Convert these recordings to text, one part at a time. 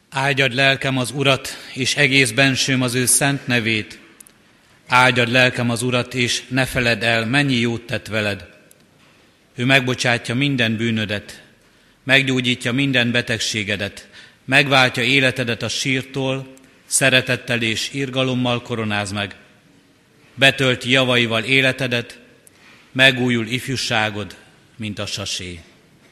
Áldjad lelkem az Urat, és egész bensőm az ő szent nevét. Áldjad lelkem az Urat, és ne feledd el, mennyi jót tett veled. Ő megbocsátja minden bűnödet, meggyógyítja minden betegségedet, megváltja életedet a sírtól, szeretettel és irgalommal koronáz meg. Betölti javaival életedet, megújul ifjúságod, mint a sasé.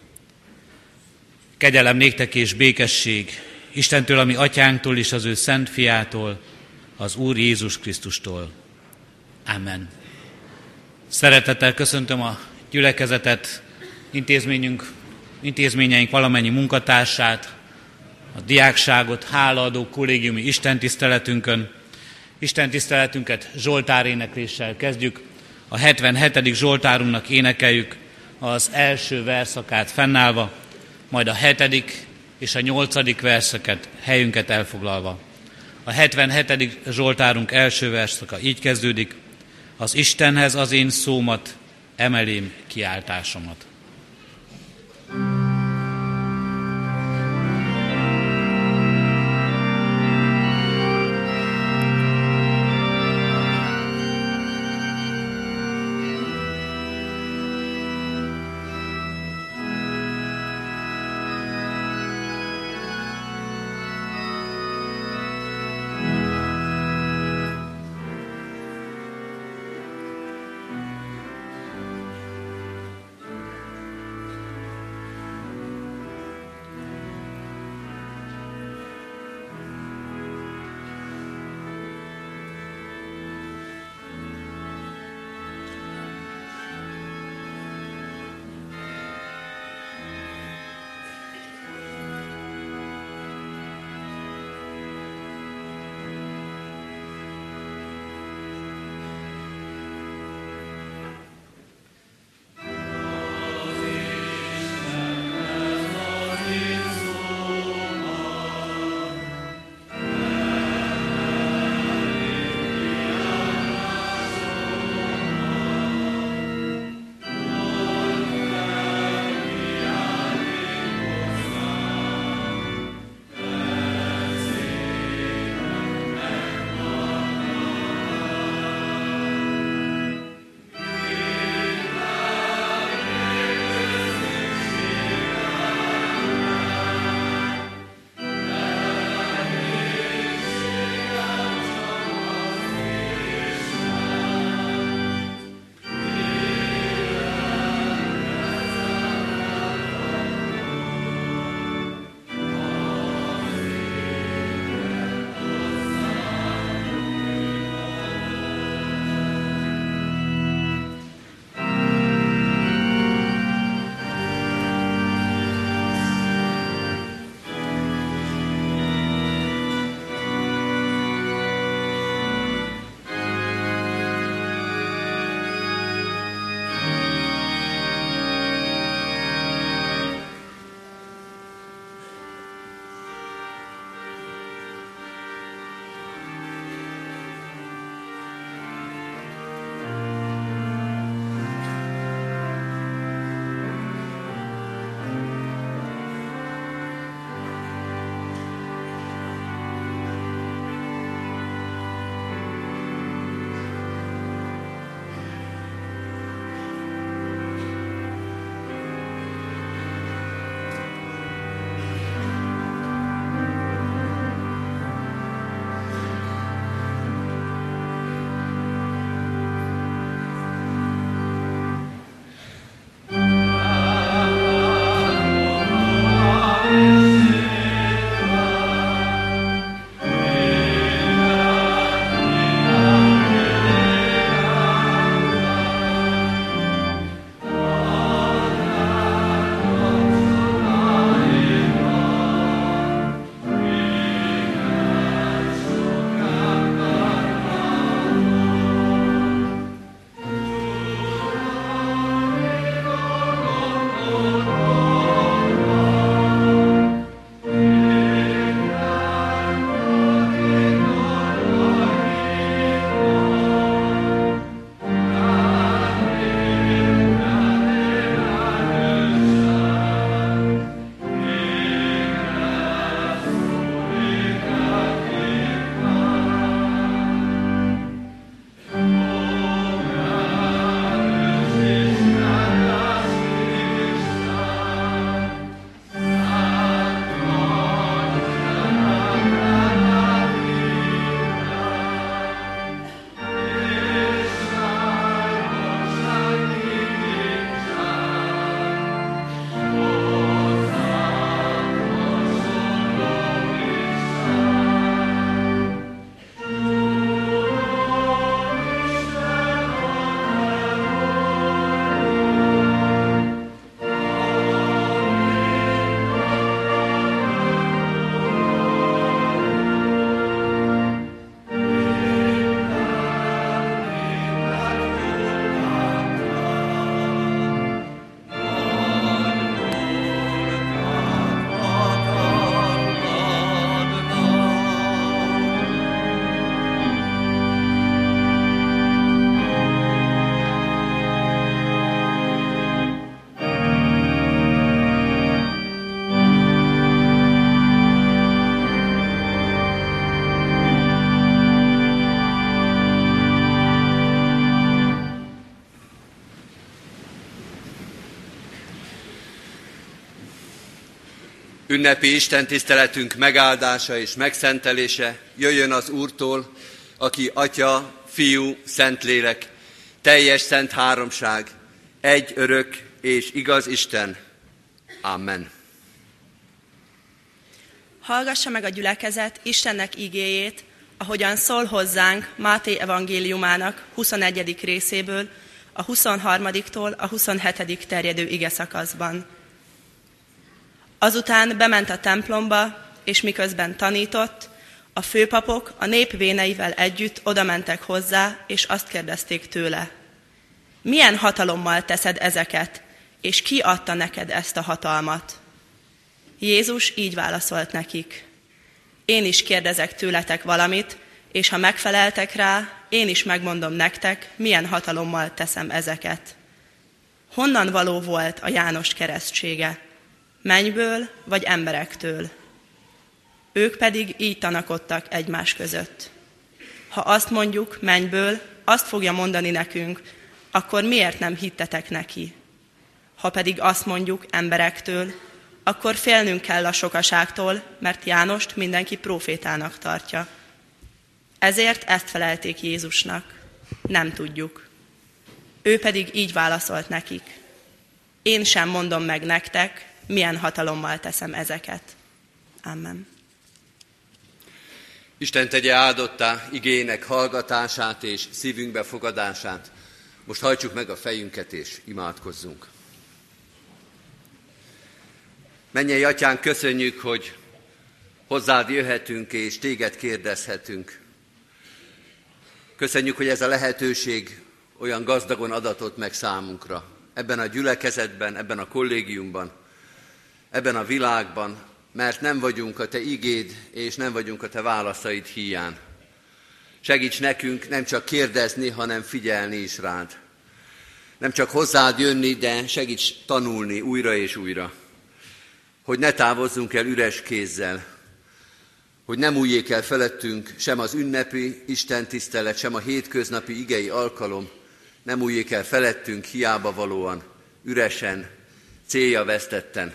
Kegyelem néktek és békesség Istentől, ami atyánktól és az ő szent fiától, az Úr Jézus Krisztustól. Amen. Szeretettel köszöntöm a gyülekezetet, intézményeink valamennyi munkatársát, a diákságot, hálaadó kollégiumi istentiszteletünkön. Istentiszteletünket zsoltárénekléssel kezdjük. A 77. zsoltárunknak énekeljük az első verszakát fennállva, majd a 7. és a 8. verszeket helyünket elfoglalva. A 77. zsoltárunk első verszaka így kezdődik: az Istenhez az én szómat, emelém kiáltásomat. Ünnepi istentiszteletünk megáldása és megszentelése jöjjön az Úrtól, aki Atya, Fiú, Szentlélek, teljes szent háromság, egy örök és igaz Isten. Amen. Hallgassa meg a gyülekezet Istennek igéjét, ahogyan szól hozzánk Máté evangéliumának 21. részéből, a 23-tól a 27. terjedő igeszakaszban. Azután bement a templomba, és miközben tanított, a főpapok a nép véneivel együtt odamentek hozzá, és azt kérdezték tőle: milyen hatalommal teszed ezeket, és ki adta neked ezt a hatalmat? Jézus így válaszolt nekik: én is kérdezek tőletek valamit, és ha megfeleltek rá, én is megmondom nektek, milyen hatalommal teszem ezeket. Honnan való volt a János keresztsége? Mennyből vagy emberektől? Ők pedig így tanakodtak egymás között. Ha azt mondjuk mennyből, azt fogja mondani nekünk, akkor miért nem hittetek neki? Ha pedig azt mondjuk emberektől, akkor félnünk kell a sokaságtól, mert Jánost mindenki prófétának tartja. Ezért ezt felelték Jézusnak: nem tudjuk. Ő pedig így válaszolt nekik: én sem mondom meg nektek, milyen hatalommal teszem ezeket. Amen. Isten tegye áldottá igének hallgatását és szívünkbe fogadását. Most hajtsuk meg a fejünket és imádkozzunk. Mennyei Atyánk, köszönjük, hogy hozzád jöhetünk és téged kérdezhetünk. Köszönjük, hogy ez a lehetőség olyan gazdagon adatott meg számunkra. Ebben a gyülekezetben, ebben a kollégiumban, ebben a világban, mert nem vagyunk a te igéd, és nem vagyunk a te válaszaid híján. Segíts nekünk nem csak kérdezni, hanem figyelni is rád. Nem csak hozzád jönni, de segíts tanulni újra és újra. Hogy ne távozzunk el üres kézzel, hogy nem újjék el felettünk sem az ünnepi istentisztelet, sem a hétköznapi igei alkalom, nem újjék el felettünk hiába valóan, üresen, célja vesztetten.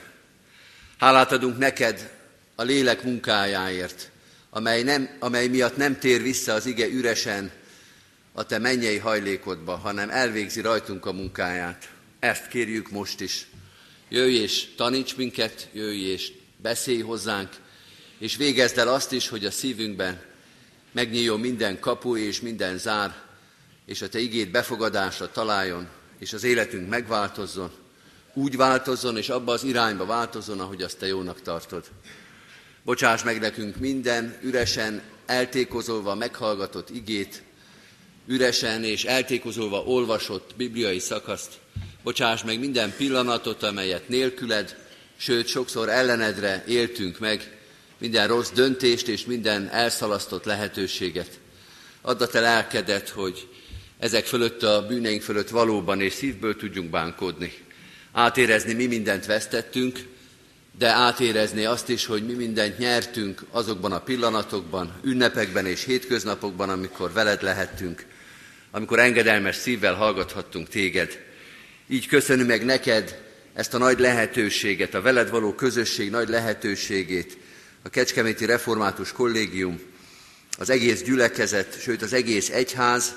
Hálát adunk neked a lélek munkájáért, amely miatt nem tér vissza az ige üresen a te mennyei hajlékodba, hanem elvégzi rajtunk a munkáját. Ezt kérjük most is. Jöjj és taníts minket, jöjj és beszélj hozzánk, és végezd el azt is, hogy a szívünkben megnyíljon minden kapu és minden zár, és a te igéd befogadásra találjon, és az életünk megváltozzon, úgy változzon, és abba az irányba változzon, ahogy azt te jónak tartod. Bocsáss meg nekünk minden üresen, eltékozolva meghallgatott igét, üresen és eltékozolva olvasott bibliai szakaszt. Bocsáss meg minden pillanatot, amelyet nélküled, sőt sokszor ellenedre éltünk meg, minden rossz döntést és minden elszalasztott lehetőséget. Add a te lelkedet, hogy ezek fölött a bűneink fölött valóban és szívből tudjunk bánkodni. Átérezni, mi mindent vesztettünk, de átérezni azt is, hogy mi mindent nyertünk azokban a pillanatokban, ünnepekben és hétköznapokban, amikor veled lehettünk, amikor engedelmes szívvel hallgathattunk téged. Így köszönöm meg neked ezt a nagy lehetőséget, a veled való közösség nagy lehetőségét, a Kecskeméti Református Kollégium, az egész gyülekezet, sőt az egész egyház,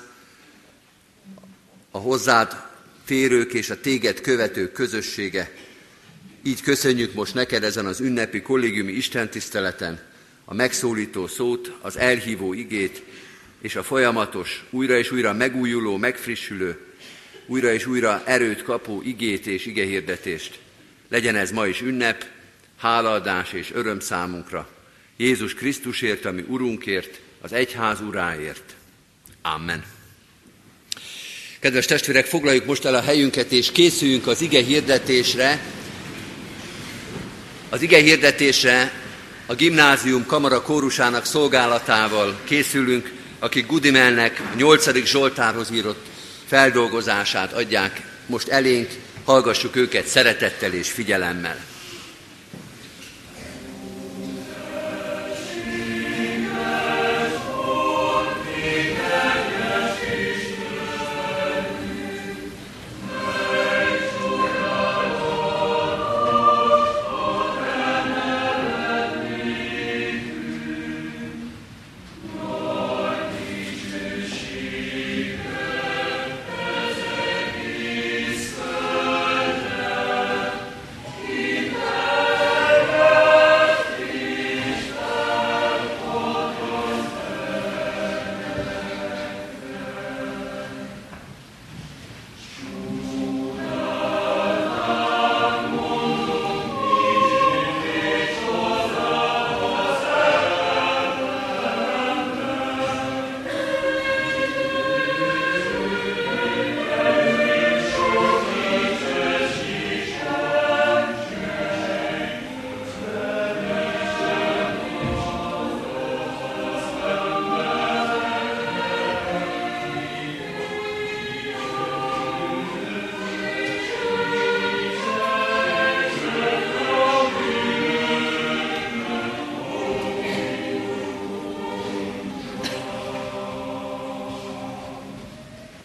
a hozzád térők és a téged követők közössége. Így köszönjük most neked ezen az ünnepi kollégiumi istentiszteleten a megszólító szót, az elhívó igét és a folyamatos, újra és újra megújuló, megfrissülő, újra és újra erőt kapó igét és igehirdetést. Legyen ez ma is ünnep, hálaadás és öröm számunkra. Jézus Krisztusért, ami Urunkért, az egyház uráért. Amen. Kedves testvérek, foglaljuk most el a helyünket, és készüljünk az igehirdetésre. Az igehirdetésre a gimnázium kamara kórusának szolgálatával készülünk, akik Gudimelnek 8. Zsoltárhoz írott feldolgozását adják most elénk, hallgassuk őket szeretettel és figyelemmel.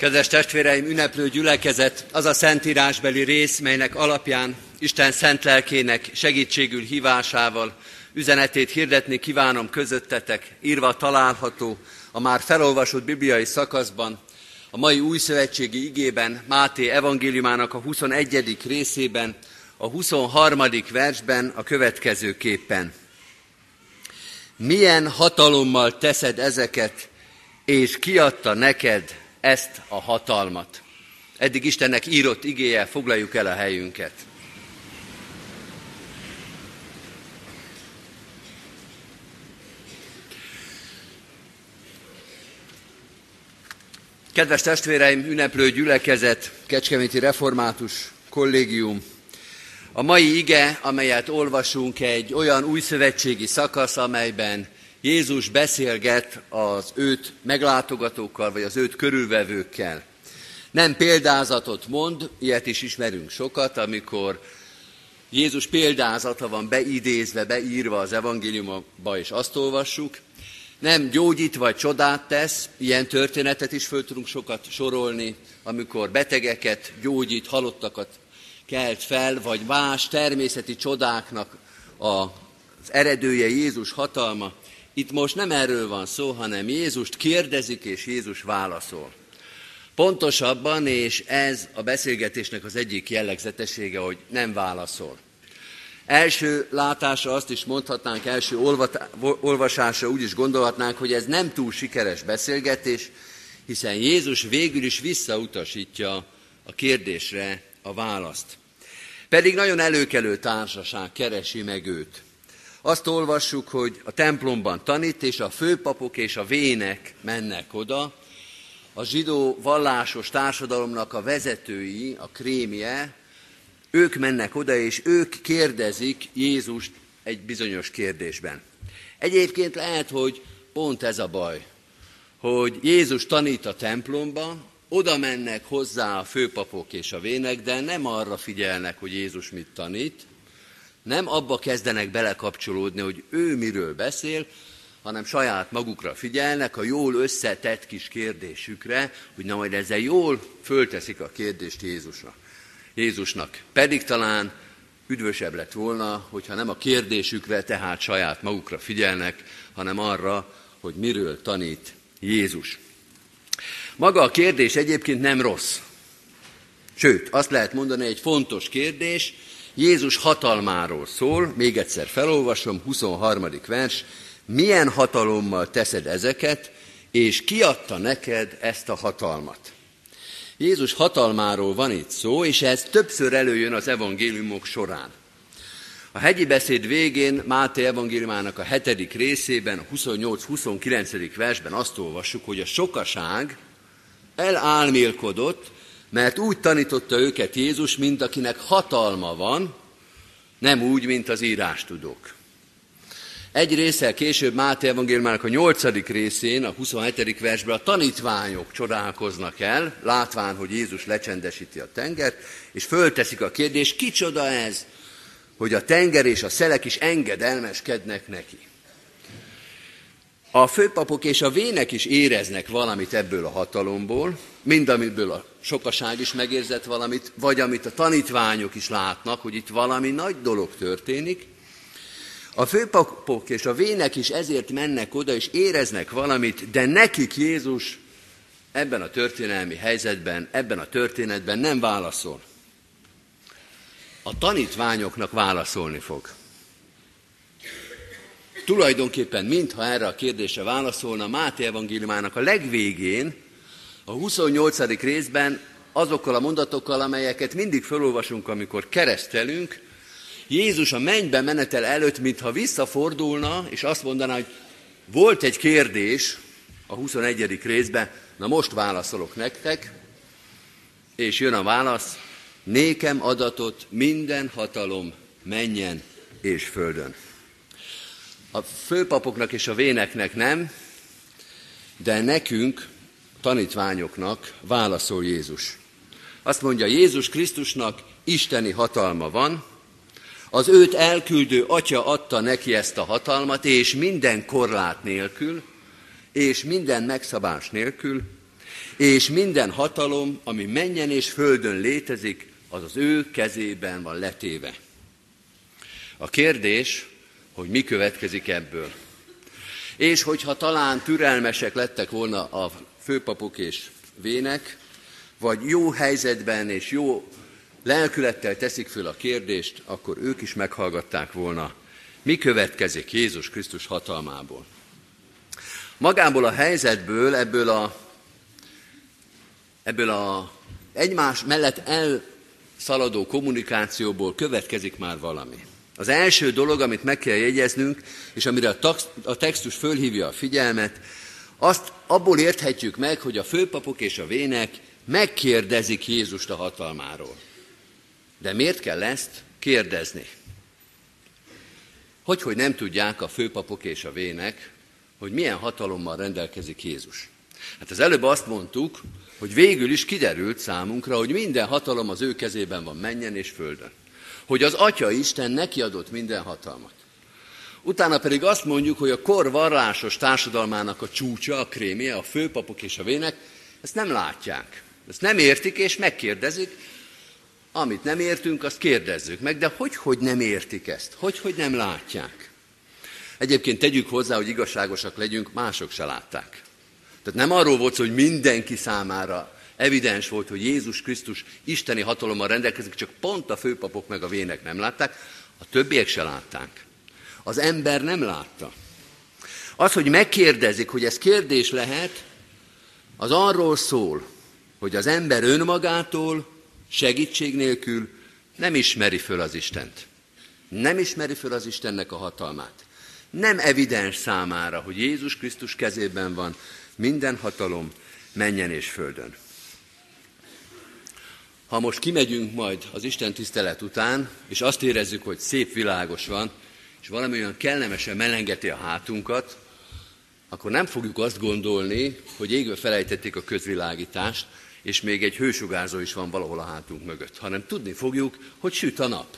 Kedves testvéreim, ünneplő gyülekezet az a szentírásbeli rész, melynek alapján Isten szent lelkének segítségül hívásával üzenetét hirdetni kívánom közöttetek, írva található a már felolvasott bibliai szakaszban, a mai újszövetségi igében, Máté evangéliumának a 21. részében, a 23. versben a következőképpen. Milyen hatalommal teszed ezeket, és ki adta neked ezt a hatalmat? Eddig Istennek írott igéje, foglaljuk el a helyünket. Kedves testvéreim, ünneplő gyülekezet, Kecskeméti Református Kollégium, a mai ige, amelyet olvasunk, egy olyan újszövetségi szakasz, amelyben Jézus beszélget az őt meglátogatókkal, vagy az őt körülvevőkkel. Nem példázatot mond, ilyet is ismerünk sokat, amikor Jézus példázata van beidézve, beírva az evangéliumba, és azt olvassuk. Nem gyógyít vagy csodát tesz, ilyen történetet is föl tudunk sokat sorolni, amikor betegeket gyógyít, halottakat kelt fel, vagy más természeti csodáknak az eredője Jézus hatalma. Itt most nem erről van szó, hanem Jézust kérdezik, és Jézus válaszol. Pontosabban, és ez a beszélgetésnek az egyik jellegzetessége, hogy nem válaszol. Első látásra azt is mondhatnánk, első olvasásra úgy is gondolhatnánk, hogy ez nem túl sikeres beszélgetés, hiszen Jézus végül is visszautasítja a kérdésre a választ. Pedig nagyon előkelő társaság keresi meg őt. Azt olvassuk, hogy a templomban tanít, és a főpapok és a vének mennek oda. A zsidó vallásos társadalomnak a vezetői, a krémje, ők mennek oda, és ők kérdezik Jézust egy bizonyos kérdésben. Egyébként lehet, hogy pont ez a baj, hogy Jézus tanít a templomba, oda mennek hozzá a főpapok és a vének, de nem arra figyelnek, hogy Jézus mit tanít, nem abba kezdenek belekapcsolódni, hogy ő miről beszél, hanem saját magukra figyelnek a jól összetett kis kérdésükre, hogy na majd ezzel jól fölteszik a kérdést Jézusnak. Pedig talán üdvösebb lett volna, hogyha nem a kérdésükre, tehát saját magukra figyelnek, hanem arra, hogy miről tanít Jézus. Maga a kérdés egyébként nem rossz. Sőt, azt lehet mondani, egy fontos kérdés, Jézus hatalmáról szól, még egyszer felolvasom, 23. vers, milyen hatalommal teszed ezeket, és ki adta neked ezt a hatalmat? Jézus hatalmáról van itt szó, és ez többször előjön az evangéliumok során. A hegyi beszéd végén, Máté evangéliumának a 7. részében, a 28-29. versben azt olvassuk, hogy a sokaság elálmélkodott, mert úgy tanította őket Jézus, mint akinek hatalma van, nem úgy, mint az írástudók. Egy résszel később Máté evangéliumának a 8. részén, a 27. versben a tanítványok csodálkoznak el, látván, hogy Jézus lecsendesíti a tengert, és fölteszik a kérdést, kicsoda ez, hogy a tenger és a szelek is engedelmeskednek neki. A főpapok és a vének is éreznek valamit ebből a hatalomból, mind amiből a sokaság is megérzett valamit, vagy amit a tanítványok is látnak, hogy itt valami nagy dolog történik. A főpapok és a vének is ezért mennek oda, és éreznek valamit, de nekik Jézus ebben a történelmi helyzetben, ebben a történetben nem válaszol. A tanítványoknak válaszolni fog. Tulajdonképpen, mintha erre a kérdésre válaszolna, Máté evangéliumának a legvégén, a 28. részben azokkal a mondatokkal, amelyeket mindig felolvasunk, amikor keresztelünk, Jézus a mennybe menetel előtt, mintha visszafordulna, és azt mondaná, hogy volt egy kérdés a 21. részben, na most válaszolok nektek, és jön a válasz, nékem adatot minden hatalom mennyen és földön. A főpapoknak és a véneknek nem, de nekünk, tanítványoknak válaszol Jézus. Azt mondja, Jézus Krisztusnak isteni hatalma van, az őt elküldő Atya adta neki ezt a hatalmat, és minden korlát nélkül, és minden megszabás nélkül, és minden hatalom, ami mennyen és földön létezik, az az ő kezében van letéve. A kérdés, hogy mi következik ebből. És hogyha talán türelmesek lettek volna a főpapok és vének, vagy jó helyzetben és jó lelkülettel teszik föl a kérdést, akkor ők is meghallgatták volna, mi következik Jézus Krisztus hatalmából. Magából a helyzetből, ebből a egymás mellett elszaladó kommunikációból következik már valami. Az első dolog, amit meg kell jegyeznünk, és amire a textus fölhívja a figyelmet, azt abból érthetjük meg, hogy a főpapok és a vének megkérdezik Jézust a hatalmáról. De miért kell ezt kérdezni? Hogy nem tudják a főpapok és a vének, hogy milyen hatalommal rendelkezik Jézus. Hát az előbb azt mondtuk, hogy végül is kiderült számunkra, hogy minden hatalom az ő kezében van mennyen és földön. Hogy az Atya Isten neki adott minden hatalmat. Utána pedig azt mondjuk, hogy a kor vallásos társadalmának a csúcsa, a krémje, a főpapok és a vének, ezt nem látják. Ezt nem értik és megkérdezik. Amit nem értünk, azt kérdezzük meg, de hogy nem értik ezt? Hogy nem látják? Egyébként tegyük hozzá, hogy igazságosak legyünk, mások se látták. Tehát nem arról volt szó, hogy mindenki számára evidens volt, hogy Jézus Krisztus isteni hatalommal rendelkezik, csak pont a főpapok meg a vének nem látták, a többiek se látták. Az ember nem látta. Az, hogy megkérdezik, hogy ez kérdés lehet, az arról szól, hogy az ember önmagától, segítség nélkül nem ismeri föl az Istent. Nem ismeri föl az Istennek a hatalmát. Nem evidens számára, hogy Jézus Krisztus kezében van minden hatalom mennyen és földön. Ha most kimegyünk majd az Isten tisztelet után, és azt érezzük, hogy szép világos van, és valami olyan kellemesen melengeti a hátunkat, akkor nem fogjuk azt gondolni, hogy égve felejtették a közvilágítást, és még egy hősugárzó is van valahol a hátunk mögött, hanem tudni fogjuk, hogy süt a nap.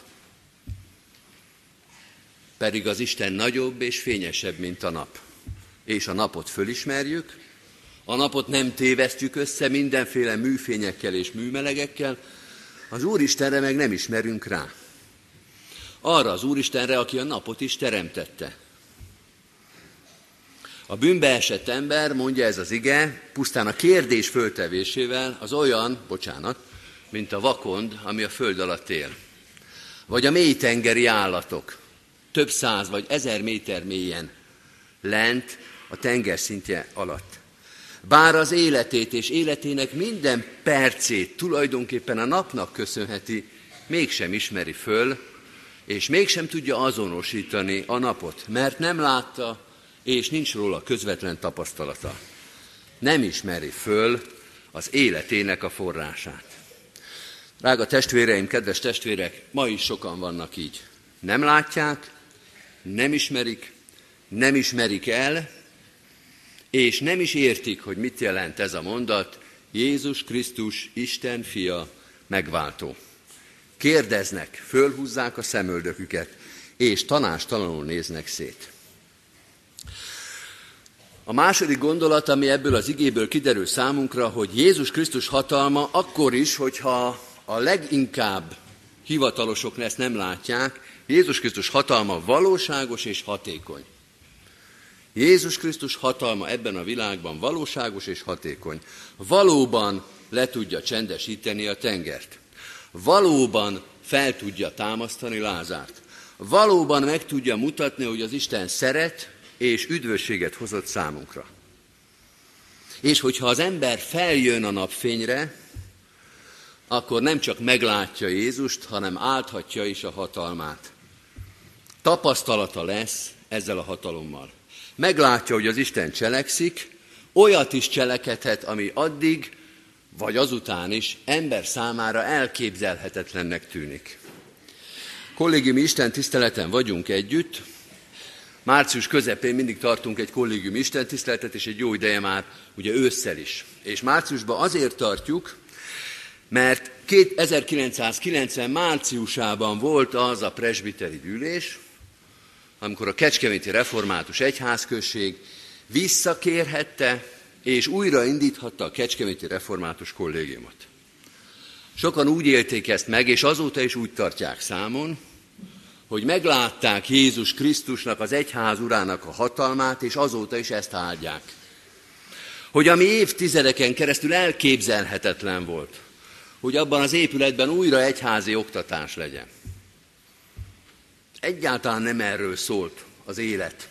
Pedig az Isten nagyobb és fényesebb, mint a nap. És a napot fölismerjük, a napot nem tévesztjük össze mindenféle műfényekkel és műmelegekkel, az Úristenre meg nem ismerünk rá. Arra az Úristenre, aki a napot is teremtette. A bűnbe esett ember, mondja ez az ige, pusztán a kérdés föltevésével az olyan, mint a vakond, ami a föld alatt él. Vagy a mélytengeri állatok, több 100 vagy 1000 méter mélyen lent a tengerszintje alatt. Bár az életét és életének minden percét tulajdonképpen a napnak köszönheti, mégsem ismeri föl, és mégsem tudja azonosítani a napot, mert nem látta, és nincs róla közvetlen tapasztalata. Nem ismeri föl az életének a forrását. Drága testvéreim, kedves testvérek, ma is sokan vannak így. Nem látják, nem ismerik el, és nem is értik, hogy mit jelent ez a mondat, Jézus Krisztus, Isten fia, megváltó. Kérdeznek, fölhúzzák a szemöldöküket, és tanástalanul néznek szét. A második gondolat, ami ebből az igéből kiderül számunkra, hogy Jézus Krisztus hatalma akkor is, hogyha a leginkább hivatalosok ezt nem látják, Jézus Krisztus hatalma valóságos és hatékony. Jézus Krisztus hatalma ebben a világban valóságos és hatékony. Valóban le tudja csendesíteni a tengert. Valóban fel tudja támasztani Lázárt. Valóban meg tudja mutatni, hogy az Isten szeret és üdvösséget hozott számunkra. És hogyha az ember feljön a napfényre, akkor nem csak meglátja Jézust, hanem áthatja is a hatalmát. Tapasztalata lesz ezzel a hatalommal. Meglátja, hogy az Isten cselekszik, olyat is cselekedhet, ami addig, vagy azután is ember számára elképzelhetetlennek tűnik. Kollégiumi Isten tiszteleten vagyunk együtt. Március közepén mindig tartunk egy kollégiumi Isten tiszteletet, és egy jó ideje már ugye ősszel is. És márciusban azért tartjuk, mert 1990 márciusában volt az a presbiteri gyűlés, amikor a Kecskeméti Református Egyházközség visszakérhette és újraindíthatta a kecskeméti református kollégiumot. Sokan úgy élték ezt meg, és azóta is úgy tartják számon, hogy meglátták Jézus Krisztusnak, az egyház urának a hatalmát, és azóta is ezt áldják. Hogy ami évtizedeken keresztül elképzelhetetlen volt, hogy abban az épületben újra egyházi oktatás legyen. Egyáltalán nem erről szólt az élet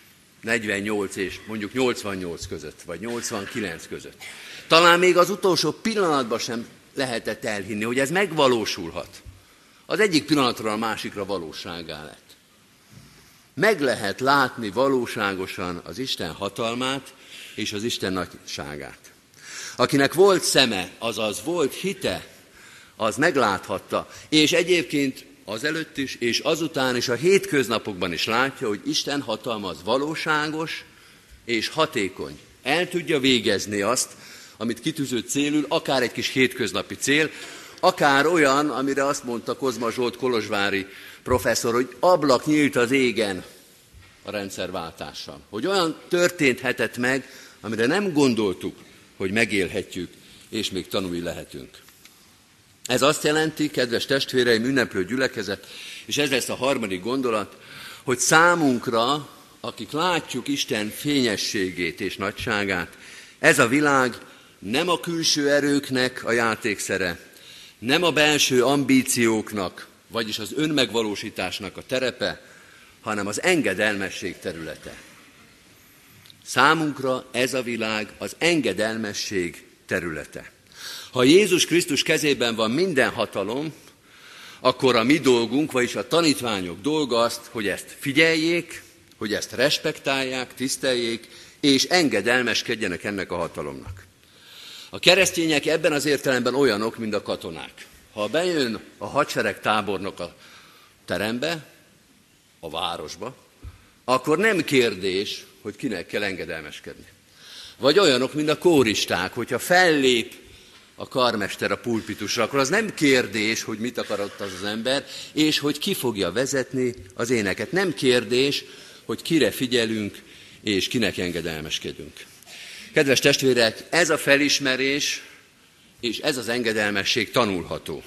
48 és mondjuk 88 között, vagy 89 között. Talán még az utolsó pillanatban sem lehetett elhinni, hogy ez megvalósulhat. Az egyik pillanatról a másikra valósággá lett. Meg lehet látni valóságosan az Isten hatalmát és az Isten nagyságát. Akinek volt szeme, azaz volt hite, az megláthatta. És egyébként azelőtt is, és azután is, a hétköznapokban is látja, hogy Isten hatalma az valóságos és hatékony. El tudja végezni azt, amit kitűzött célul, akár egy kis hétköznapi cél, akár olyan, amire azt mondta Kozma Zsolt kolozsvári professzor, hogy ablak nyílt az égen a rendszerváltással. Hogy olyan történhetett meg, amire nem gondoltuk, hogy megélhetjük, és még tanulni lehetünk. Ez azt jelenti, kedves testvéreim, ünneplő gyülekezet, és ez lesz a harmadik gondolat, hogy számunkra, akik látjuk Isten fényességét és nagyságát, ez a világ nem a külső erőknek a játékszere, nem a belső ambícióknak, vagyis az önmegvalósításnak a terepe, hanem az engedelmesség területe. Számunkra ez a világ az engedelmesség területe. Ha Jézus Krisztus kezében van minden hatalom, akkor a mi dolgunk, vagyis a tanítványok dolga azt, hogy ezt figyeljék, hogy ezt respektálják, tiszteljék, és engedelmeskedjenek ennek a hatalomnak. A keresztények ebben az értelemben olyanok, mint a katonák. Ha bejön a hadsereg tábornok a terembe, a városba, akkor nem kérdés, hogy kinek kell engedelmeskedni. Vagy olyanok, mint a kóristák, hogyha fellép a karmester a pulpitusra, akkor az nem kérdés, hogy mit akarott az ember, és hogy ki fogja vezetni az éneket. Nem kérdés, hogy kire figyelünk, és kinek engedelmeskedünk. Kedves testvérek, ez a felismerés és ez az engedelmesség tanulható.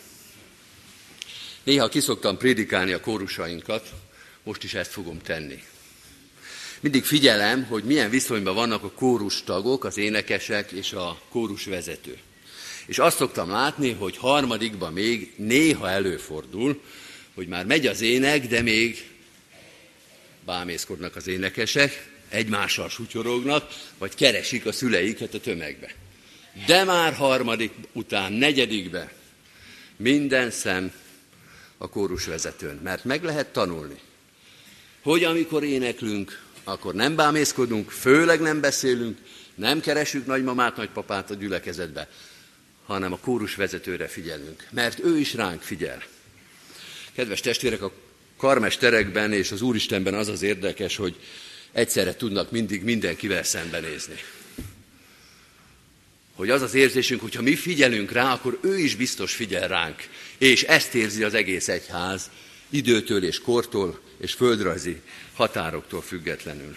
Néha kiszoktam prédikálni a kórusainkat, most is ezt fogom tenni. Mindig figyelem, hogy milyen viszonyban vannak a kórustagok, az énekesek és a kórusvezető. És azt szoktam látni, hogy harmadikban még néha előfordul, hogy már megy az ének, de még bámészkodnak az énekesek, egymással sutyorognak, vagy keresik a szüleiket a tömegbe. De már harmadik után, negyedikbe minden szem a kórusvezetőn, mert meg lehet tanulni, hogy amikor éneklünk, akkor nem bámészkodunk, főleg nem beszélünk, nem keresünk nagymamát, nagypapát a gyülekezetbe, hanem a kórusvezetőre figyelünk, mert ő is ránk figyel. Kedves testvérek, a karmesterekben és az Úristenben az az érdekes, hogy egyszerre tudnak mindig mindenkivel szembenézni. Hogy az az érzésünk, hogyha mi figyelünk rá, akkor ő is biztos figyel ránk. És ezt érzi az egész egyház, időtől és kortól és földrajzi határoktól függetlenül.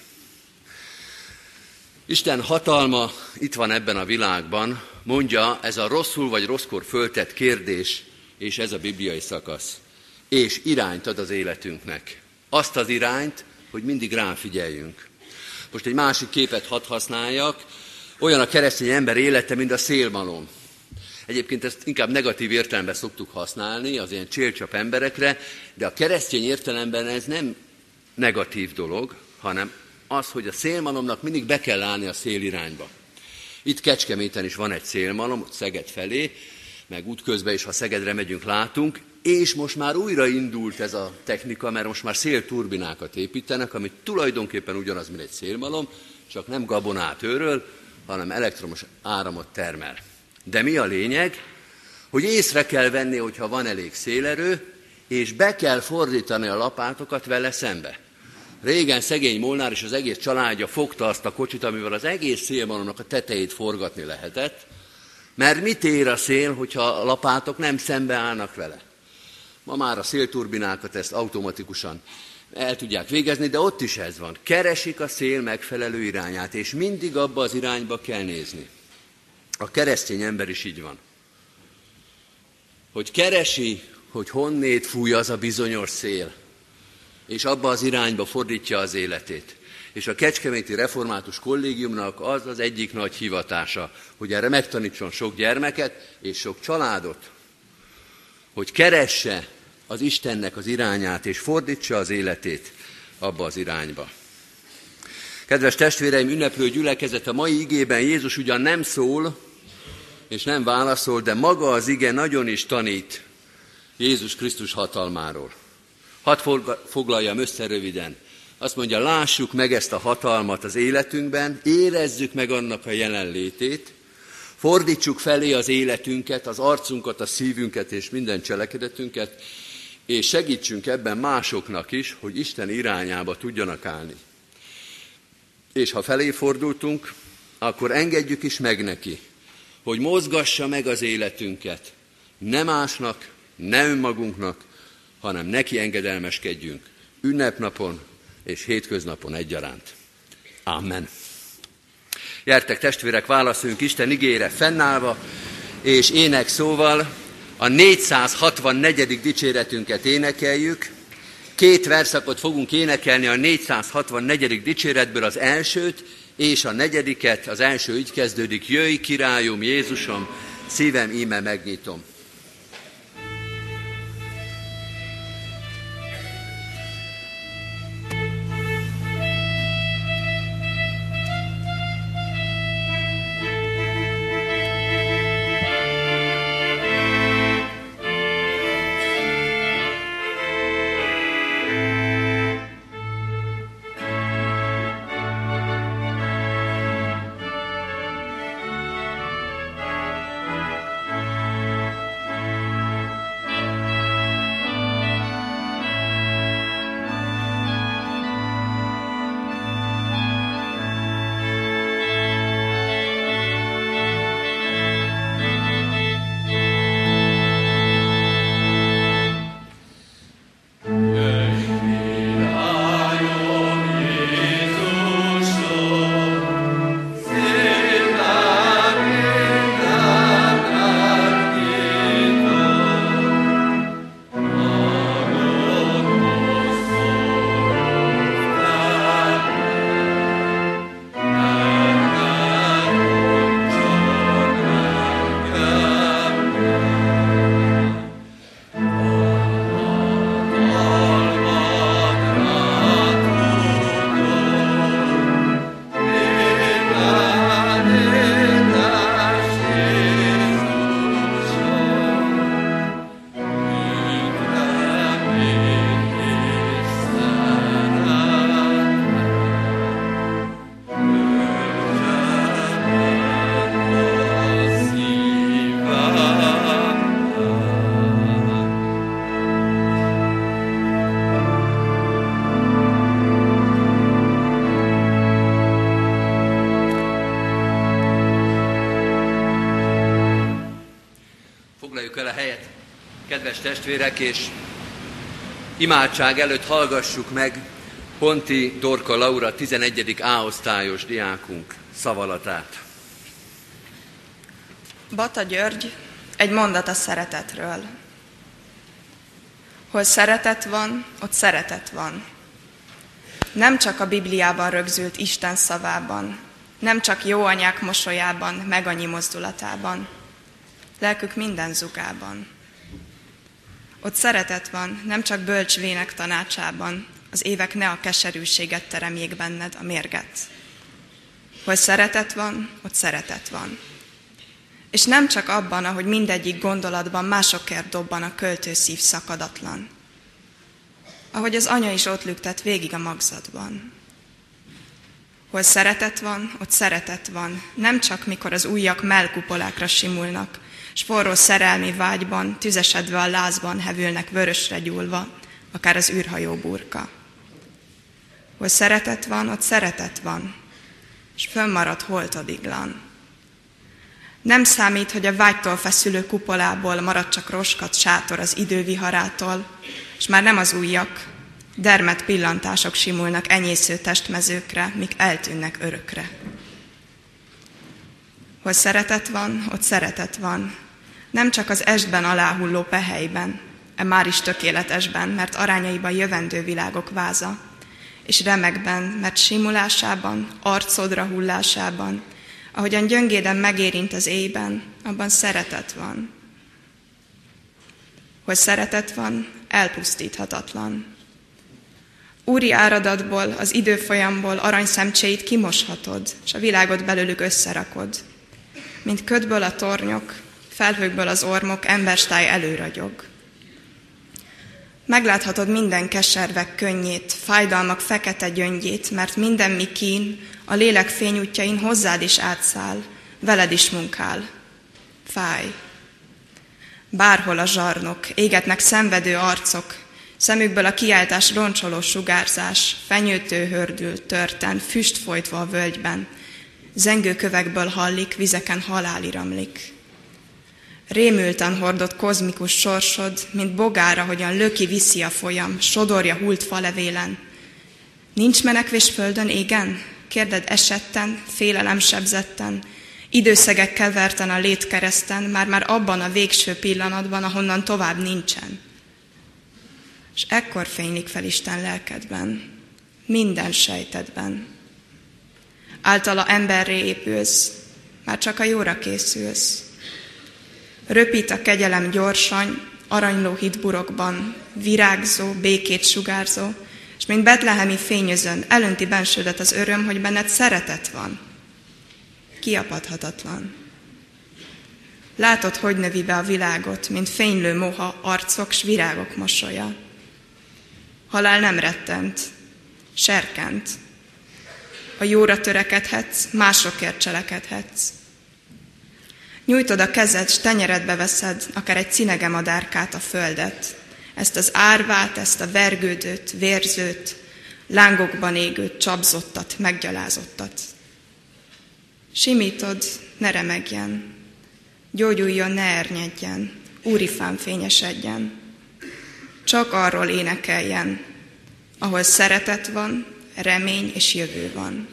Isten hatalma itt van ebben a világban, mondja ez a rosszul vagy rosszkor föltett kérdés, és ez a bibliai szakasz. És irányt ad az életünknek. Azt az irányt, hogy mindig rá figyeljünk. Most egy másik képet hadd használjak. Olyan a keresztény ember élete, mint a szélmalom. Egyébként ezt inkább negatív értelemben szoktuk használni, az ilyen csélcsap emberekre, de a keresztény értelemben ez nem negatív dolog, hanem az, hogy a szélmalomnak mindig be kell állni a szélirányba. Itt Kecskeméten is van egy szélmalom, Szeged felé, meg útközben is, ha Szegedre megyünk, látunk, és most már újra indult ez a technika, mert most már szélturbinákat építenek, ami tulajdonképpen ugyanaz, mint egy szélmalom, csak nem gabonát őröl, hanem elektromos áramot termel. De mi a lényeg? Hogy észre kell venni, hogyha van elég szélerő, és be kell fordítani a lapátokat vele szembe. Régen szegény Molnár és az egész családja fogta azt a kocsit, amivel az egész szélmalomnak a tetejét forgatni lehetett, mert mit ér a szél, hogyha a lapátok nem szembe állnak vele? Ma már a szélturbinákat ezt automatikusan el tudják végezni, de ott is ez van. Keresik a szél megfelelő irányát, és mindig abba az irányba kell nézni. A keresztény ember is így van. Hogy keresi, hogy honnét fúj az a bizonyos szél, és abba az irányba fordítja az életét. És a Kecskeméti Református Kollégiumnak az az egyik nagy hivatása, hogy erre megtanítson sok gyermeket és sok családot, hogy keresse az Istennek az irányát, és fordítsa az életét abba az irányba. Kedves testvéreim, ünneplő gyülekezet, a mai igében Jézus ugyan nem szól, és nem válaszol, de maga az ige nagyon is tanít Jézus Krisztus hatalmáról. Hadd foglaljam össze röviden. Azt mondja, lássuk meg ezt a hatalmat az életünkben, érezzük meg annak a jelenlétét, fordítsuk felé az életünket, az arcunkat, a szívünket és minden cselekedetünket, és segítsünk ebben másoknak is, hogy Isten irányába tudjanak állni. És ha felé fordultunk, akkor engedjük is meg neki, hogy mozgassa meg az életünket. Ne másnak, ne önmagunknak, hanem neki engedelmeskedjünk ünnepnapon és hétköznapon egyaránt. Amen. Gyertek testvérek, válaszoljunk Isten igére fennállva, és énekszóval a 464. dicséretünket énekeljük. 2 verszakot fogunk énekelni a 464. dicséretből, az elsőt és a 4. Az első így kezdődik: jöjj, királyom, Jézusom, szívem íme megnyitom. Kedves testvérek, és imádság előtt hallgassuk meg Ponti Dorka Laura 11. A-osztályos diákunk szavalatát. Bata György egy mondat a szeretetről. Hol szeretet van, ott szeretet van. Nem csak a Bibliában rögzült Isten szavában, nem csak jó anyák mosolyában, meg annyi mozdulatában, lelkük minden zugában. Ott szeretet van, nem csak bölcs vének tanácsában, az évek ne a keserűséget teremjék benned, a mérget. Hol szeretet van, ott szeretet van. És nem csak abban, ahogy mindegyik gondolatban másokért dobban a költő szív szakadatlan. Ahogy az anya is ott lüktet végig a magzatban. Hol szeretet van, ott szeretet van, nem csak mikor az ujjak mellkupolákra simulnak, s forró szerelmi vágyban, tüzesedve a lázban hevülnek vörösre gyúlva, akár az űrhajó burka. Hol szeretet van, ott szeretet van, s fönnmarad holtodiglan. Nem számít, hogy a vágytól feszülő kupolából marad csak roskat sátor az idő viharától, s már nem az ujjak, Dermedt pillantások simulnak enyésző testmezőkre, míg eltűnnek örökre. Hol szeretet van, ott szeretet van. Nem csak az estben aláhulló pehelyben, már is tökéletesben, mert arányaiban jövendő világok váza, és remekben, mert simulásában, arcodra hullásában, ahogyan gyöngéden megérint az éjben, abban szeretet van. Hol szeretet van, elpusztíthatatlan. Úri áradatból, az időfolyamból aranyszemcséit kimoshatod, és a világot belőlük összerakod. Mint ködből a tornyok, felhőkből az ormok, emberstáj előragyog. Megláthatod minden keservek könnyét, fájdalmak fekete gyöngyét, mert minden mi kín, a lélek fényútjain hozzád is átszáll, veled is munkál. Fáj. Bárhol a zsarnok, égetnek szenvedő arcok, szemükből a kiáltás roncsoló sugárzás, fenyőtő hördül, törten, füst folytva a völgyben, zengő kövekből hallik, vizeken halál iramlik. Rémülten hordott kozmikus sorsod, mint bogára, hogyan löki viszi a folyam, sodorja hult falevélen. Nincs menekvés földön, égen? Kérded esetten, félelem sebzetten, időszegekkel verten a létkereszten, már abban a végső pillanatban, ahonnan tovább nincsen. És ekkor fénylik fel Isten lelkedben, minden sejtedben. Általa emberré épülsz, már csak a jóra készülsz. Röpít a kegyelem gyorsan, aranyló hídburokban, virágzó, békét sugárzó, és mint betlehemi fényözön elönti bensődet az öröm, hogy benned szeretet van. Kiapadhatatlan. Látod, hogy növi be a világot, mint fénylő moha arcok s virágok mosolya. Halál nem rettent, serkent. A jóra törekedhetsz, másokért cselekedhetsz. Nyújtod a kezed, s tenyeredbe veszed, akár egy cinege madárkát, a földet, ezt az árvát, ezt a vergődőt, vérzőt, lángokban égőt, csapzottat, meggyalázottat. Simítod, ne remegjen, gyógyuljon, ne ernyedjen, úrifán fényesedjen. Csak arról énekeljen, ahol szeretet van, remény és jövő van.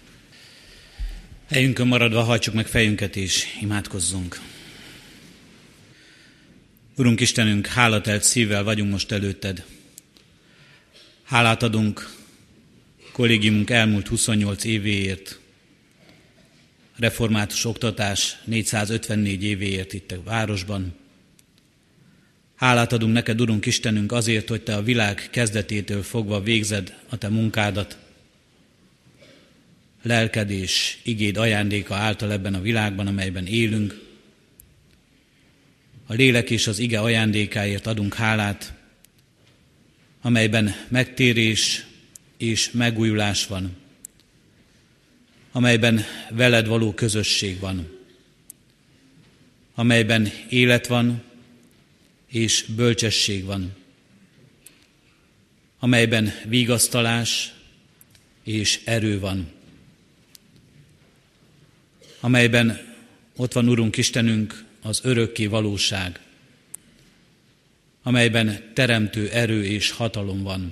Helyünkön maradva hajtsuk meg fejünket és imádkozzunk. Urunk Istenünk, hálatelt szívvel vagyunk most előtted. Hálát adunk kollégiumunk elmúlt 28 évéért, református oktatás 454 évéért itt a városban. Hálát adunk neked, Urunk Istenünk, azért, hogy te a világ kezdetétől fogva végzed a te munkádat. Lelked és igéd ajándéka által ebben a világban, amelyben élünk. A lélek és az ige ajándékáért adunk hálát, amelyben megtérés és megújulás van, amelyben veled való közösség van, amelyben élet van és bölcsesség van, amelyben vigasztalás és erő van, amelyben ott van, Urunk Istenünk, az örökké valóság, amelyben teremtő erő és hatalom van.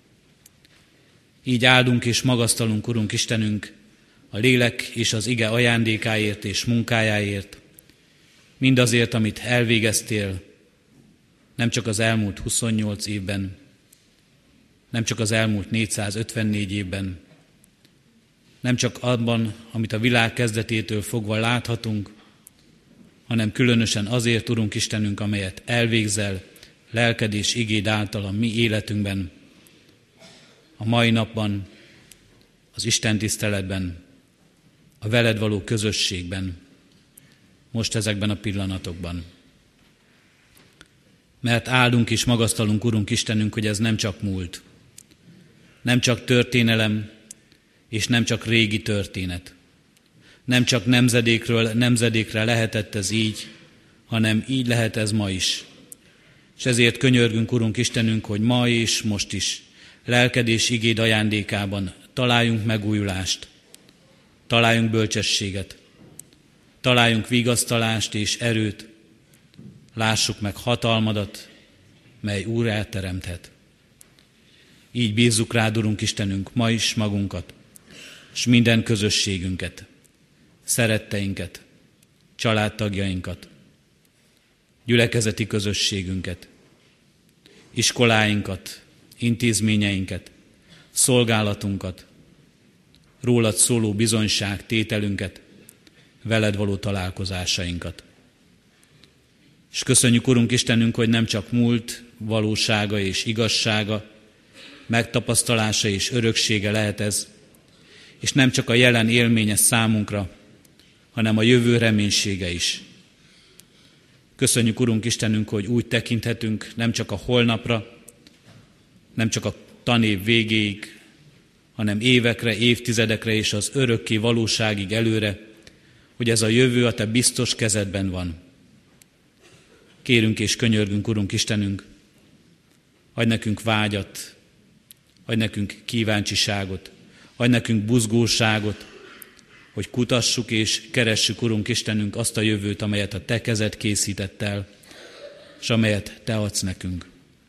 Így áldunk és magasztalunk, Urunk Istenünk, a lélek és az ige ajándékáért és munkájáért, mindazért, amit elvégeztél, nem csak az elmúlt 28 évben, nem csak az elmúlt 454 évben, nem csak abban, amit a világ kezdetétől fogva láthatunk, hanem különösen azért, Urunk Istenünk, amelyet elvégzel lelked és igéd által a mi életünkben, a mai napban, az Isten tiszteletben, a veled való közösségben, most ezekben a pillanatokban. Mert áldunk és magasztalunk, Urunk Istenünk, hogy ez nem csak múlt, nem csak történelem, és nem csak régi történet. Nem csak nemzedékről nemzedékre lehetett ez így, hanem így lehet ez ma is. És ezért könyörgünk, Urunk Istenünk, hogy ma és most is lelked és igéd ajándékában találjunk megújulást, találjunk bölcsességet, találjunk vigasztalást és erőt, lássuk meg hatalmadat, mely újra elteremthet. Így bízzuk rád, Urunk Istenünk, ma is magunkat, és minden közösségünket, szeretteinket, családtagjainkat, gyülekezeti közösségünket, iskoláinkat, intézményeinket, szolgálatunkat, rólad szóló bizonyságtételünket, veled való találkozásainkat. És köszönjük, Urunk Istenünk, hogy nem csak múlt valósága és igazsága, megtapasztalása és öröksége lehet ez, és nem csak a jelen élménye számunkra, hanem a jövő reménysége is. Köszönjük, Urunk Istenünk, hogy úgy tekinthetünk nem csak a holnapra, nem csak a tanév végéig, hanem évekre, évtizedekre és az örökké valóságig előre, hogy ez a jövő a te biztos kezedben van. Kérünk és könyörgünk, Urunk Istenünk, adj nekünk vágyat, adj nekünk kíváncsiságot, adj nekünk buzgóságot, hogy kutassuk és keressük, Urunk Istenünk, azt a jövőt, amelyet a te kezed készített el, és amelyet te adsz nekünk.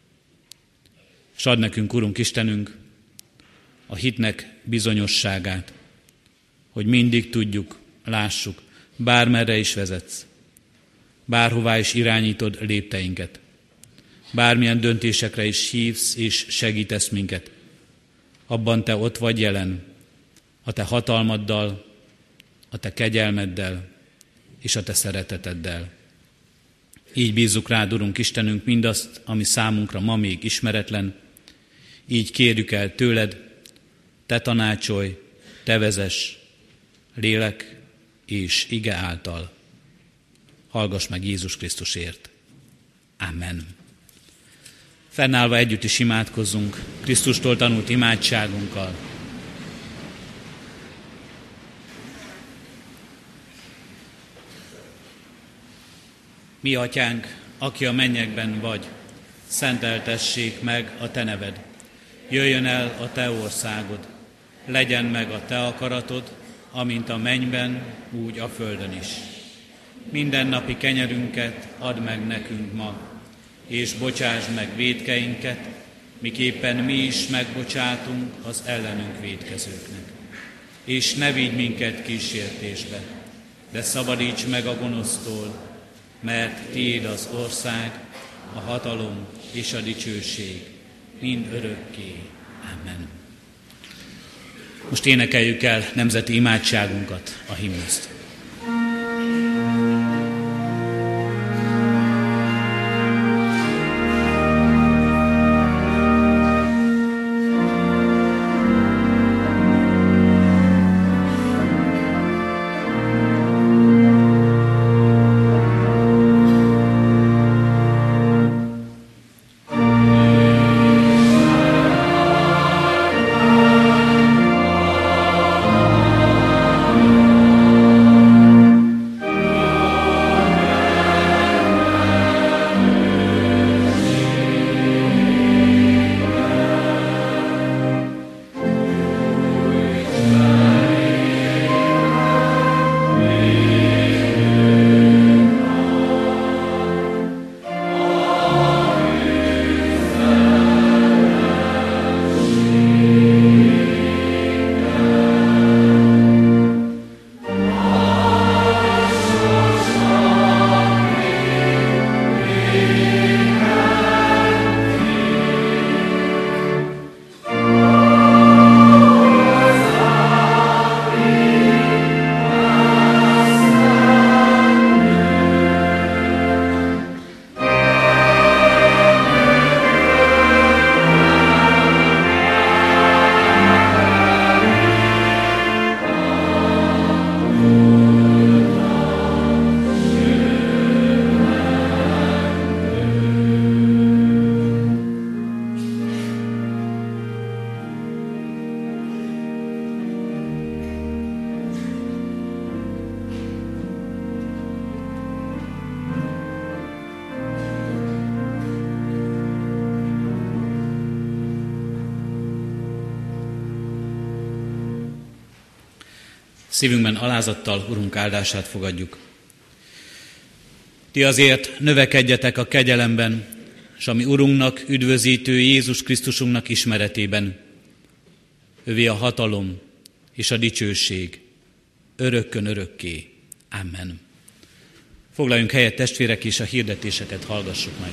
És add nekünk, Urunk Istenünk, a hitnek bizonyosságát, hogy mindig tudjuk, lássuk, bármerre is vezetsz, bárhová is irányítod lépteinket, bármilyen döntésekre is hívsz és segítesz minket. Abban te ott vagy jelen, a te hatalmaddal, a te kegyelmeddel és a te szereteteddel. Így bízzuk rád, Urunk Istenünk, mindazt, ami számunkra ma még ismeretlen, így kérjük el tőled, te tanácsolj, te vezess, lélek és ige által. Hallgass meg Jézus Krisztusért. Amen. Fennállva együtt is imádkozzunk Krisztustól tanult imádságunkkal. Mi atyánk, aki a mennyekben vagy, szenteltessék meg a te neved. Jöjjön el a te országod, legyen meg a te akaratod, amint a mennyben, úgy a földön is. Mindennapi kenyerünket add meg nekünk ma, és bocsásd meg vétkeinket, miképpen mi is megbocsátunk az ellenünk vétkezőknek. És ne vigy minket kísértésbe, de szabadíts meg a gonosztól, mert tiéd az ország, a hatalom és a dicsőség, mind örökké. Amen. Most énekeljük el nemzeti imádságunkat, a himnuszt. Szívünkben alázattal Urunk áldását fogadjuk. Ti azért növekedjetek a kegyelemben, s a mi Urunknak, üdvözítő Jézus Krisztusunknak ismeretében. Övé a hatalom és a dicsőség, örökkön örökké. Amen. Foglaljunk helyet, testvérek, és a hirdetéseket hallgassuk meg.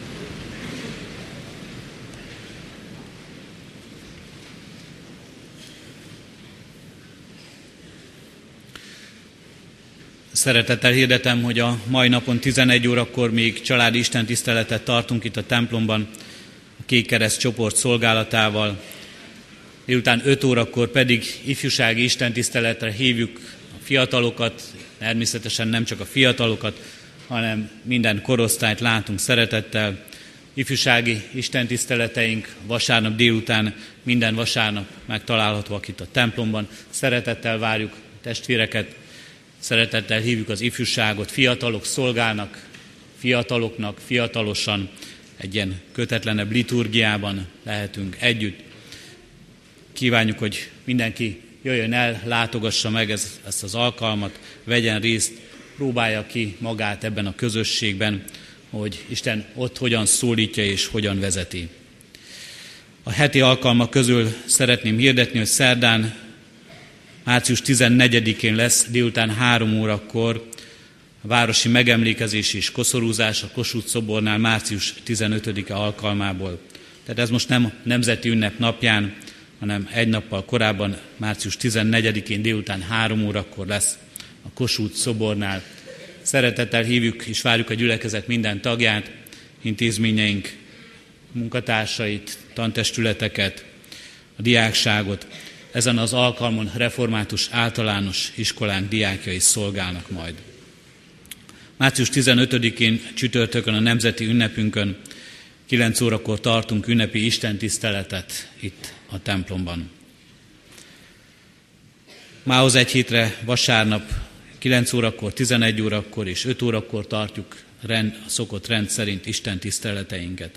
Szeretettel hirdetem, hogy a mai napon 11 órakor még családi istentiszteletet tartunk itt a templomban, a Kék Kereszt csoport szolgálatával. Délután 5 órakor pedig ifjúsági istentiszteletre hívjuk a fiatalokat, természetesen nem csak a fiatalokat, hanem minden korosztályt látunk szeretettel. Ifjúsági istentiszteleteink vasárnap délután, minden vasárnap megtalálhatóak itt a templomban. Szeretettel várjuk a testvéreket, szeretettel hívjuk az ifjúságot, fiatalok szolgálnak fiataloknak, fiatalosan egy ilyen kötetlenebb liturgiában lehetünk együtt. Kívánjuk, hogy mindenki jöjjön el, látogassa meg ezt az alkalmat, vegyen részt, próbálja ki magát ebben a közösségben, hogy Isten ott hogyan szólítja és hogyan vezeti. A heti alkalmak közül szeretném hirdetni, hogy szerdán, március 14-én lesz délután 3 órakor a városi megemlékezés és koszorúzás a Kossuth szobornál március 15-e alkalmából. Tehát ez most nem nemzeti ünnep napján, hanem egy nappal korábban, március 14-én délután 3 órakor lesz a Kossuth szobornál. Szeretettel hívjuk és várjuk a gyülekezet minden tagját, intézményeink munkatársait, tantestületeket, a diákságot. Ezen az alkalmon református általános iskolánk diákjai szolgálnak majd. Március 15-én csütörtökön a nemzeti ünnepünkön 9 órakor tartunk ünnepi istentiszteletet itt a templomban. Mához egy hétre vasárnap 9 órakor, 11 órakor és 5 órakor tartjuk a szokott rend szerint istentiszteleteinket.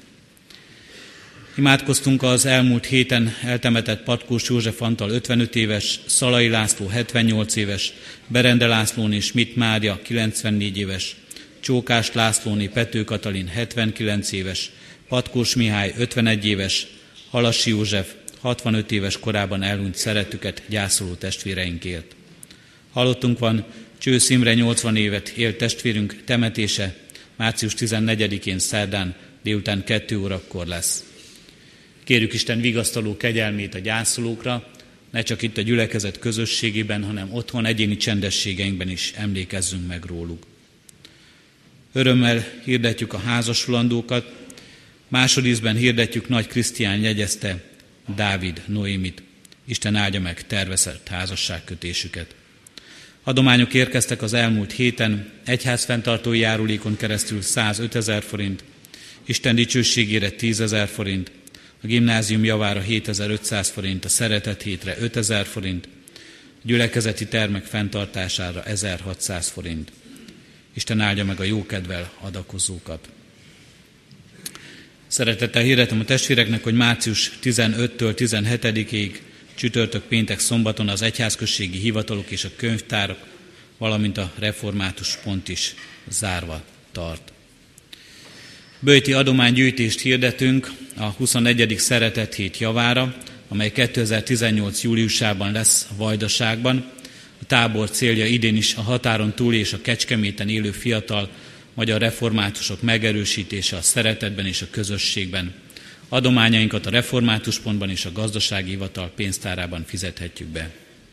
Imádkoztunk az elmúlt héten eltemetett Patkós József Antal 55 éves, Szalai László 78 éves, Berende Lászlóné és Schmidt Mária 94 éves, Csókás Lászlóné Pető Katalin 79 éves, Patkós Mihály 51 éves, Halassi József 65 éves korában elhunyt szeretüket gyászoló testvéreinkért. Halottunk van Csősz Imre 80 évet élt testvérünk temetése március 14-én szerdán délután 2 órakor lesz. Kérjük Isten vigasztaló kegyelmét a gyászolókra, ne csak itt a gyülekezet közösségében, hanem otthon egyéni csendességeinkben is emlékezzünk meg róluk. Örömmel hirdetjük a házasulandókat, másodízben hirdetjük Nagy Krisztián jegyezte Dávid Noémit. Isten áldja meg tervezett házasságkötésüket. Adományok érkeztek az elmúlt héten, egyházfenntartói járulékon keresztül 105 000 forint, Isten dicsőségére 10 000 forint, a gimnázium javára 7500 forint, a szeretet hétre 5000 forint, a gyülekezeti termek fenntartására 1600 forint. Isten áldja meg a jókedvel adakozókat. Szeretettel hirdetem a testvéreknek, hogy március 15-től 17-ig csütörtök, péntek, szombaton az egyházközségi hivatalok és a könyvtárak, valamint a református pont is zárva tart. Böjti adománygyűjtést hirdetünk a 21. Szeretet hét javára, amely 2018. júliusában lesz a Vajdaságban. A tábor célja idén is a határon túl és a Kecskeméten élő fiatal magyar reformátusok megerősítése a szeretetben és a közösségben. Adományainkat a református pontban és a gazdasági hivatal pénztárában fizethetjük be.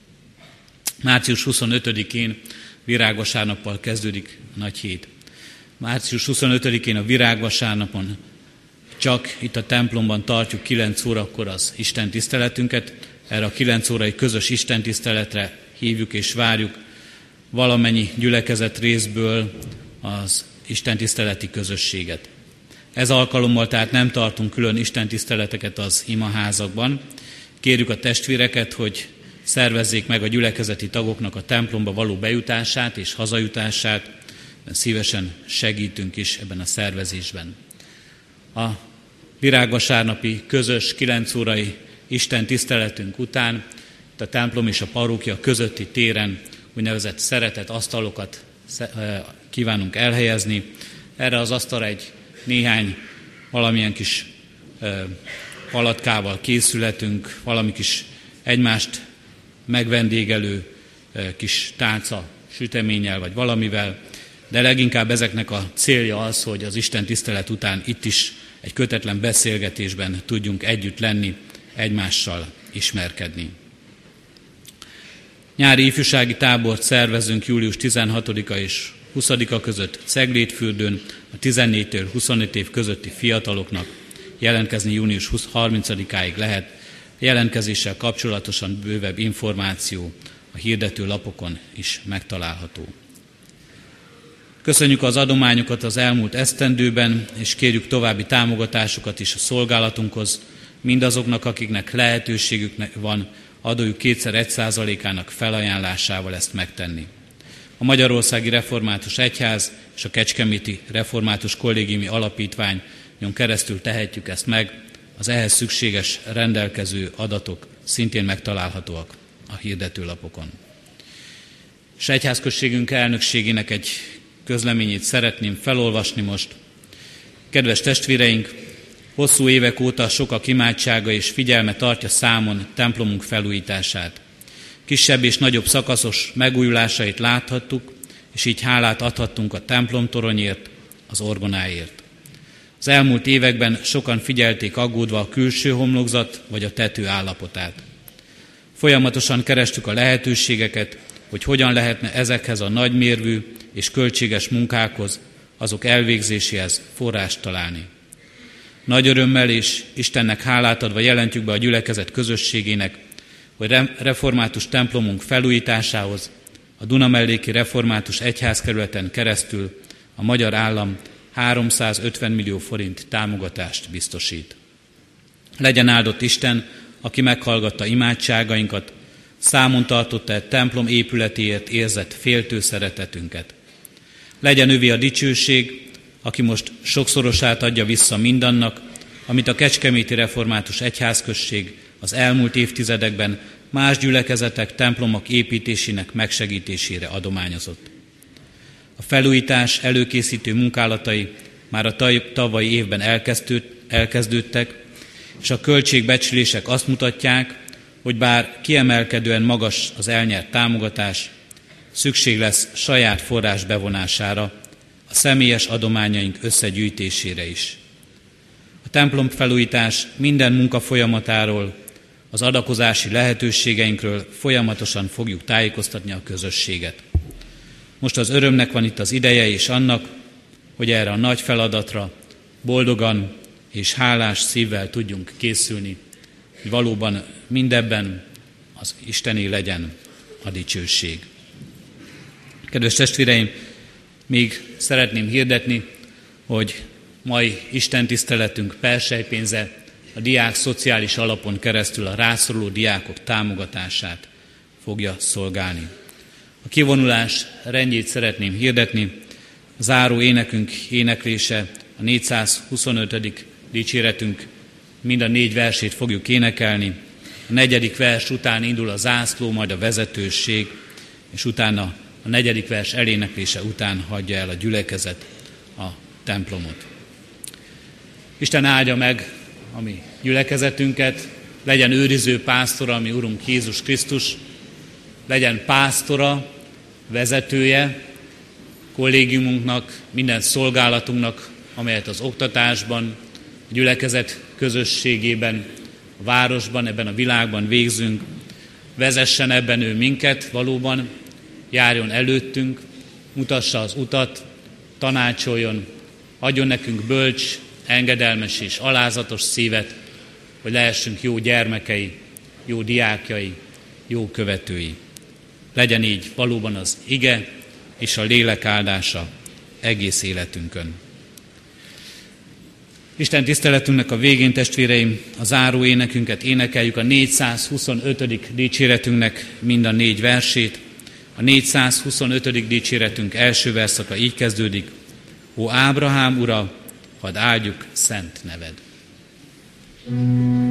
Március 25-én virágvasárnappal kezdődik a nagy hét. Március 25-én a virágvasárnapon csak itt a templomban tartjuk 9 órakor az istentiszteletünket. Erre a 9 órai közös istentiszteletre hívjuk és várjuk valamennyi gyülekezet részből az istentiszteleti közösséget. Ez alkalommal tehát nem tartunk külön istentiszteleteket az imaházakban. Kérjük a testvéreket, hogy szervezzék meg a gyülekezeti tagoknak a templomba való bejutását és hazajutását. Szívesen segítünk is ebben a szervezésben. A virágvasárnapi közös 9 órai istentiszteletünk után a templom és a parókia közötti téren úgynevezett szeretet asztalokat kívánunk elhelyezni. Erre az asztalra egy néhány valamilyen kis palatkával készületünk, valami kis egymást megvendégelő kis tálca süteménnyel vagy valamivel, de leginkább ezeknek a célja az, hogy az Isten tisztelet után itt is egy kötetlen beszélgetésben tudjunk együtt lenni, egymással ismerkedni. Nyári ifjúsági tábort szervezünk július 16-a és 20-a között Ceglédfürdőn a 14-től 25 év közötti fiataloknak. Jelentkezni június 30-áig lehet. Jelentkezéssel kapcsolatosan bővebb információ a hirdető lapokon is megtalálható. Köszönjük az adományokat az elmúlt esztendőben, és kérjük további támogatásukat is a szolgálatunkhoz, mindazoknak, akiknek lehetőségük van adójuk 2x1%-ának felajánlásával ezt megtenni. A Magyarországi Református Egyház és a Kecskeméti Református Kollégiumi Alapítványon keresztül tehetjük ezt meg, az ehhez szükséges rendelkező adatok szintén megtalálhatóak a hirdetőlapokon. És egyházközségünk elnökségének egy közleményét szeretném felolvasni most. Kedves testvéreink, hosszú évek óta sokak imádsága és figyelme tartja számon templomunk felújítását. Kisebb és nagyobb szakaszos megújulásait láthattuk, és így hálát adhattunk a templomtoronyért, az orgonáért. Az elmúlt években sokan figyelték aggódva a külső homlokzat vagy a tető állapotát. Folyamatosan kerestük a lehetőségeket, hogy hogyan lehetne ezekhez a nagymérvű és költséges munkákhoz, azok elvégzéséhez forrást találni. Nagy örömmel és Istennek hálát adva jelentjük be a gyülekezet közösségének, hogy református templomunk felújításához a Dunamelléki Református Egyházkerületen keresztül a magyar állam 350 millió forint támogatást biztosít. Legyen áldott Isten, aki meghallgatta imádságainkat, számon tartotta egy templom épületéért érzett féltő szeretetünket. Legyen övé a dicsőség, aki most sokszorosát adja vissza mindannak, amit a Kecskeméti Református Egyházközség az elmúlt évtizedekben más gyülekezetek, templomok építésének megsegítésére adományozott. A felújítás előkészítő munkálatai már a tavalyi évben elkezdődtek, és a költségbecslések azt mutatják, hogy bár kiemelkedően magas az elnyert támogatás, szükség lesz saját forrás bevonására, a személyes adományaink összegyűjtésére is. A templom felújítás minden munka folyamatáról, az adakozási lehetőségeinkről folyamatosan fogjuk tájékoztatni a közösséget. Most az örömnek van itt az ideje és annak, hogy erre a nagy feladatra boldogan és hálás szívvel tudjunk készülni, hogy valóban mindebben az Istené legyen a dicsőség. Kedves testvéreim, még szeretném hirdetni, hogy mai istentiszteletünk perselypénze a diák szociális alapon keresztül a rászoruló diákok támogatását fogja szolgálni. A kivonulás rendjét szeretném hirdetni. A záró énekünk éneklése, a 425. dicséretünk mind a 4 versét fogjuk énekelni. A 4. vers után indul a zászló, majd a vezetőség, és utána a 4. vers eléneklése után hagyja el a gyülekezet a templomot. Isten áldja meg a mi gyülekezetünket, legyen őriző pásztora, ami Urunk Jézus Krisztus, legyen pásztora, vezetője kollégiumunknak, minden szolgálatunknak, amelyet az oktatásban, a gyülekezet közösségében, a városban, ebben a világban végzünk. Vezessen ebben ő minket valóban, járjon előttünk, mutassa az utat, tanácsoljon, adjon nekünk bölcs, engedelmes és alázatos szívet, hogy lehessünk jó gyermekei, jó diákjai, jó követői. Legyen így valóban az ige és a lélek áldása egész életünkön. Isten tiszteletünknek a végén, testvéreim, a záró énekünket énekeljük, a 425. dicséretünknek mind a 4 versét. A 425. dicséretünk első verszaka így kezdődik: Ó Ábrahám ura, hadd áldjuk szent neved.